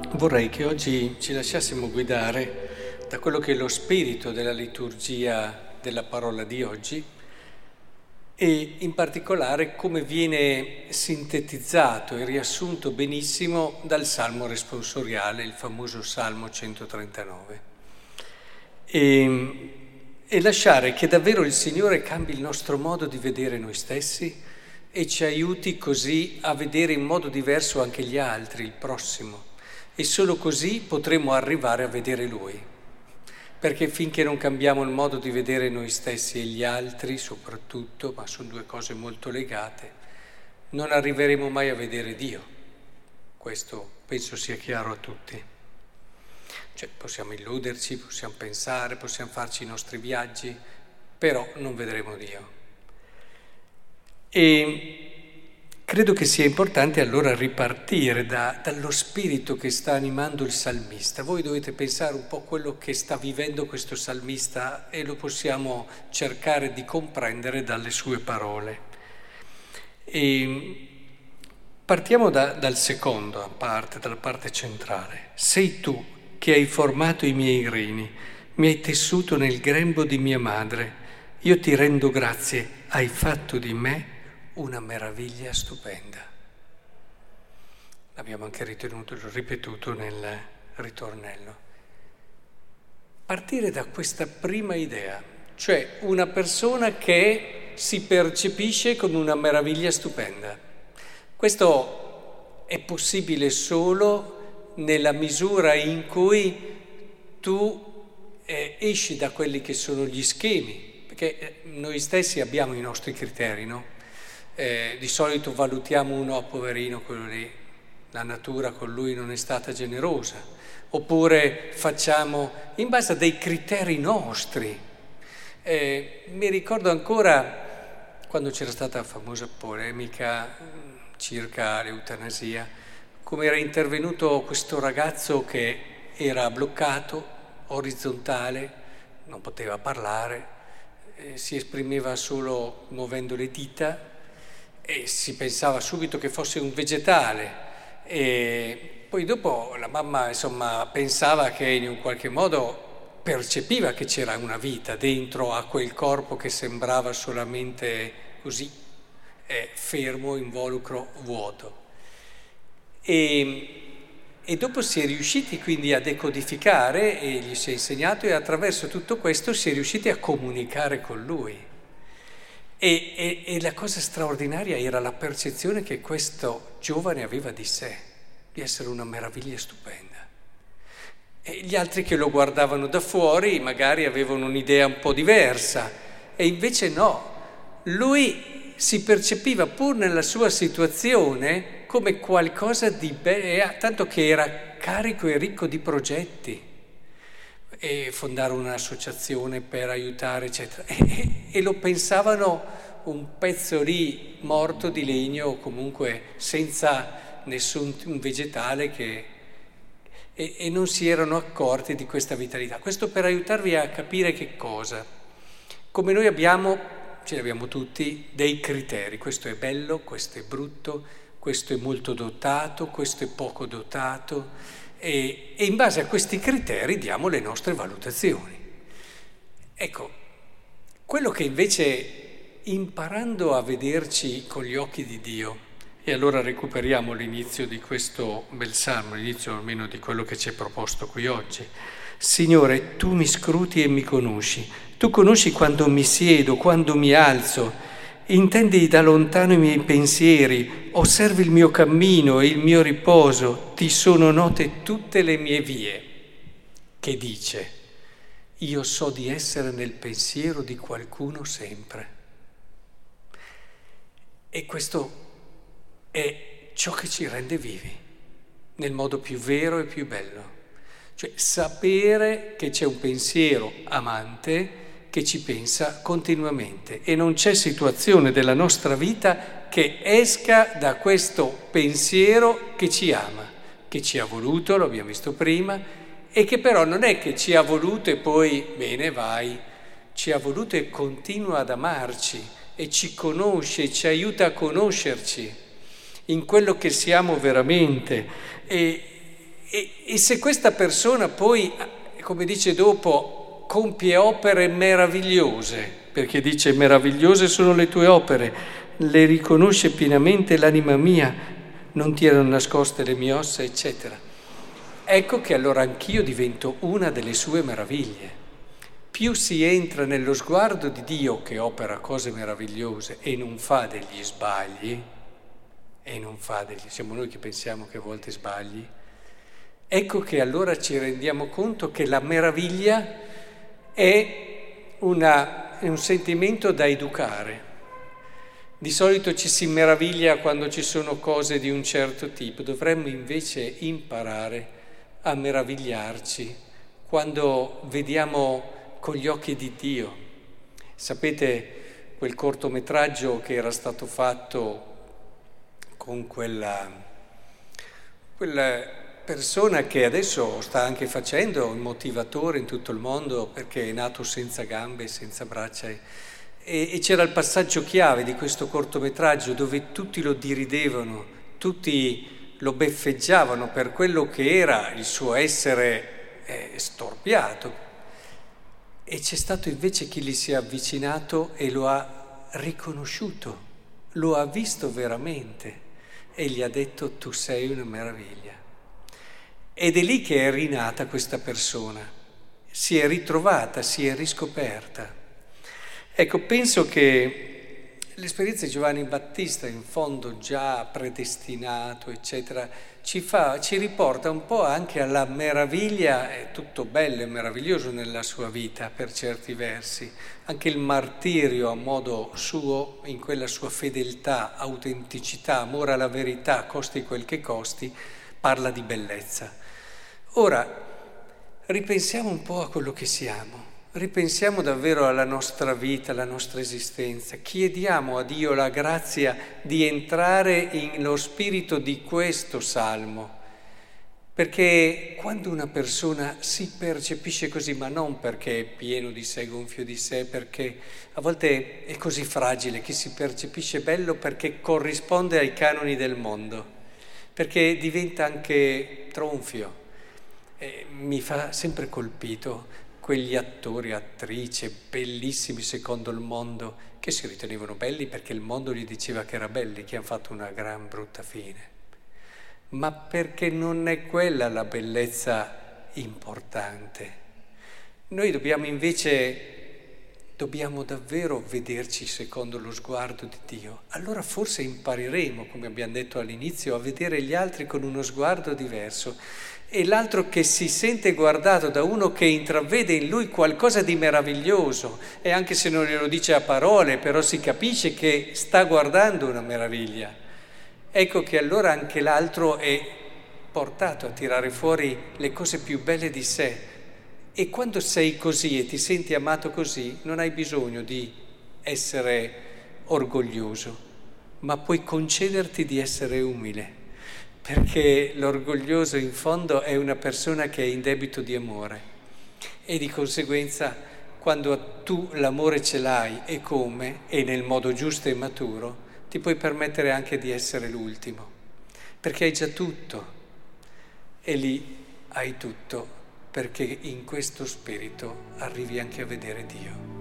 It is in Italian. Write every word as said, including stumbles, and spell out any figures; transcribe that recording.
Vorrei che oggi ci lasciassimo guidare da quello che è lo spirito della liturgia della parola di oggi e in particolare come viene sintetizzato e riassunto benissimo dal Salmo responsoriale, il famoso Salmo centotrentanove. E, e lasciare che davvero il Signore cambi il nostro modo di vedere noi stessi e ci aiuti così a vedere in modo diverso anche gli altri, il prossimo. E solo così potremo arrivare a vedere Lui, perché finché non cambiamo il modo di vedere noi stessi e gli altri soprattutto, ma sono due cose molto legate, non arriveremo mai a vedere Dio. Questo penso sia chiaro a tutti. Cioè possiamo illuderci, possiamo pensare, possiamo farci i nostri viaggi, però non vedremo Dio. E credo che sia importante allora ripartire da, dallo spirito che sta animando il salmista. Voi dovete pensare un po' a quello che sta vivendo questo salmista e lo possiamo cercare di comprendere dalle sue parole. E partiamo da, dal secondo parte, dalla parte centrale. Sei tu che hai formato i miei grini, mi hai tessuto nel grembo di mia madre. Io ti rendo grazie, hai fatto di me una meraviglia stupenda. L'abbiamo anche ritenuto, ripetuto nel ritornello. Partire da questa prima idea, cioè una persona che si percepisce come una meraviglia stupenda. Questo è possibile solo nella misura in cui tu eh, esci da quelli che sono gli schemi, perché noi stessi abbiamo i nostri criteri, no? Eh, di solito valutiamo uno, oh, poverino, quello lì, la natura con lui non è stata generosa, oppure facciamo in base a dei criteri nostri. Eh, mi ricordo ancora quando c'era stata la famosa polemica circa l'eutanasia, come era intervenuto questo ragazzo che era bloccato, orizzontale, non poteva parlare, eh, si esprimeva solo muovendo le dita, e si pensava subito che fosse un vegetale e poi dopo la mamma insomma pensava che in un qualche modo percepiva che c'era una vita dentro a quel corpo che sembrava solamente così eh, fermo, involucro, vuoto. E, e dopo si è riusciti quindi a decodificare e gli si è insegnato e attraverso tutto questo si è riusciti a comunicare con lui. E, e, e la cosa straordinaria era la percezione che questo giovane aveva di sé, di essere una meraviglia stupenda. E gli altri che lo guardavano da fuori magari avevano un'idea un po' diversa, e invece no, lui si percepiva pur nella sua situazione come qualcosa di bello, tanto che era carico e ricco di progetti. E fondare un'associazione per aiutare, eccetera. E, e, e lo pensavano un pezzo lì morto di legno, o comunque senza nessun un vegetale che... E, e non si erano accorti di questa vitalità. Questo per aiutarvi a capire che cosa. Come noi abbiamo, ce li abbiamo tutti, dei criteri. Questo è bello, questo è brutto, questo è molto dotato, questo è poco dotato. E, e in base a questi criteri diamo le nostre valutazioni. Ecco, quello che invece imparando a vederci con gli occhi di Dio, e allora recuperiamo l'inizio di questo bel salmo, l'inizio almeno di quello che ci è proposto qui oggi. Signore, tu mi scruti e mi conosci, tu conosci quando mi siedo, quando mi alzo, intendi da lontano i miei pensieri, osservi il mio cammino e il mio riposo, ti sono note tutte le mie vie. Che dice, io so di essere nel pensiero di qualcuno sempre. E questo è ciò che ci rende vivi, nel modo più vero e più bello. Cioè sapere che c'è un pensiero amante che ci pensa continuamente e non c'è situazione della nostra vita che esca da questo pensiero che ci ama, che ci ha voluto, lo abbiamo visto prima, e che però non è che ci ha voluto e poi bene vai, ci ha voluto e continua ad amarci e ci conosce, ci aiuta a conoscerci in quello che siamo veramente e, e, e se questa persona poi, come dice dopo, compie opere meravigliose, perché dice meravigliose sono le tue opere, le riconosce pienamente l'anima mia, non ti erano nascoste le mie ossa, eccetera. Ecco che allora anch'io divento una delle sue meraviglie. Più si entra nello sguardo di Dio che opera cose meravigliose e non fa degli sbagli, e non fa degli... siamo noi che pensiamo che a volte sbagli, ecco che allora ci rendiamo conto che la meraviglia è, una, è un sentimento da educare. Di solito ci si meraviglia quando ci sono cose di un certo tipo, dovremmo invece imparare a meravigliarci quando vediamo con gli occhi di Dio. Sapete quel cortometraggio che era stato fatto con quella, quella persona che adesso sta anche facendo un motivatore in tutto il mondo perché è nato senza gambe, senza braccia, e, e c'era il passaggio chiave di questo cortometraggio dove tutti lo diridevano, tutti lo beffeggiavano per quello che era il suo essere eh, storpiato. E c'è stato invece chi gli si è avvicinato e lo ha riconosciuto, lo ha visto veramente e gli ha detto tu sei una meraviglia. Ed è lì che è rinata questa persona, si è ritrovata, si è riscoperta. Ecco, penso che l'esperienza di Giovanni Battista, in fondo già predestinato, eccetera, ci fa, ci riporta un po' anche alla meraviglia, è tutto bello e meraviglioso nella sua vita per certi versi, anche il martirio a modo suo, in quella sua fedeltà, autenticità, amore alla verità, costi quel che costi, parla di bellezza. Ora, ripensiamo un po' a quello che siamo. Ripensiamo davvero alla nostra vita, alla nostra esistenza. Chiediamo a Dio la grazia di entrare nello spirito di questo salmo, perché quando una persona si percepisce così, ma non perché è pieno di sé, gonfio di sé, perché a volte è così fragile, che si percepisce bello perché corrisponde ai canoni del mondo, perché diventa anche tronfio. Eh, mi fa sempre colpito quegli attori, attrici, bellissimi secondo il mondo, che si ritenevano belli perché il mondo gli diceva che era belli, che hanno fatto una gran brutta fine. Ma perché non è quella la bellezza importante. Noi dobbiamo invece, dobbiamo davvero vederci secondo lo sguardo di Dio. Allora forse impareremo, come abbiamo detto all'inizio, a vedere gli altri con uno sguardo diverso. E l'altro che si sente guardato da uno che intravede in lui qualcosa di meraviglioso, e anche se non glielo dice a parole, però si capisce che sta guardando una meraviglia. Ecco che allora anche l'altro è portato a tirare fuori le cose più belle di sé. E quando sei così e ti senti amato così, non hai bisogno di essere orgoglioso, ma puoi concederti di essere umile. Perché l'orgoglioso in fondo è una persona che è in debito di amore e di conseguenza quando tu l'amore ce l'hai e come, e nel modo giusto e maturo, ti puoi permettere anche di essere l'ultimo, perché hai già tutto e lì hai tutto perché in questo spirito arrivi anche a vedere Dio.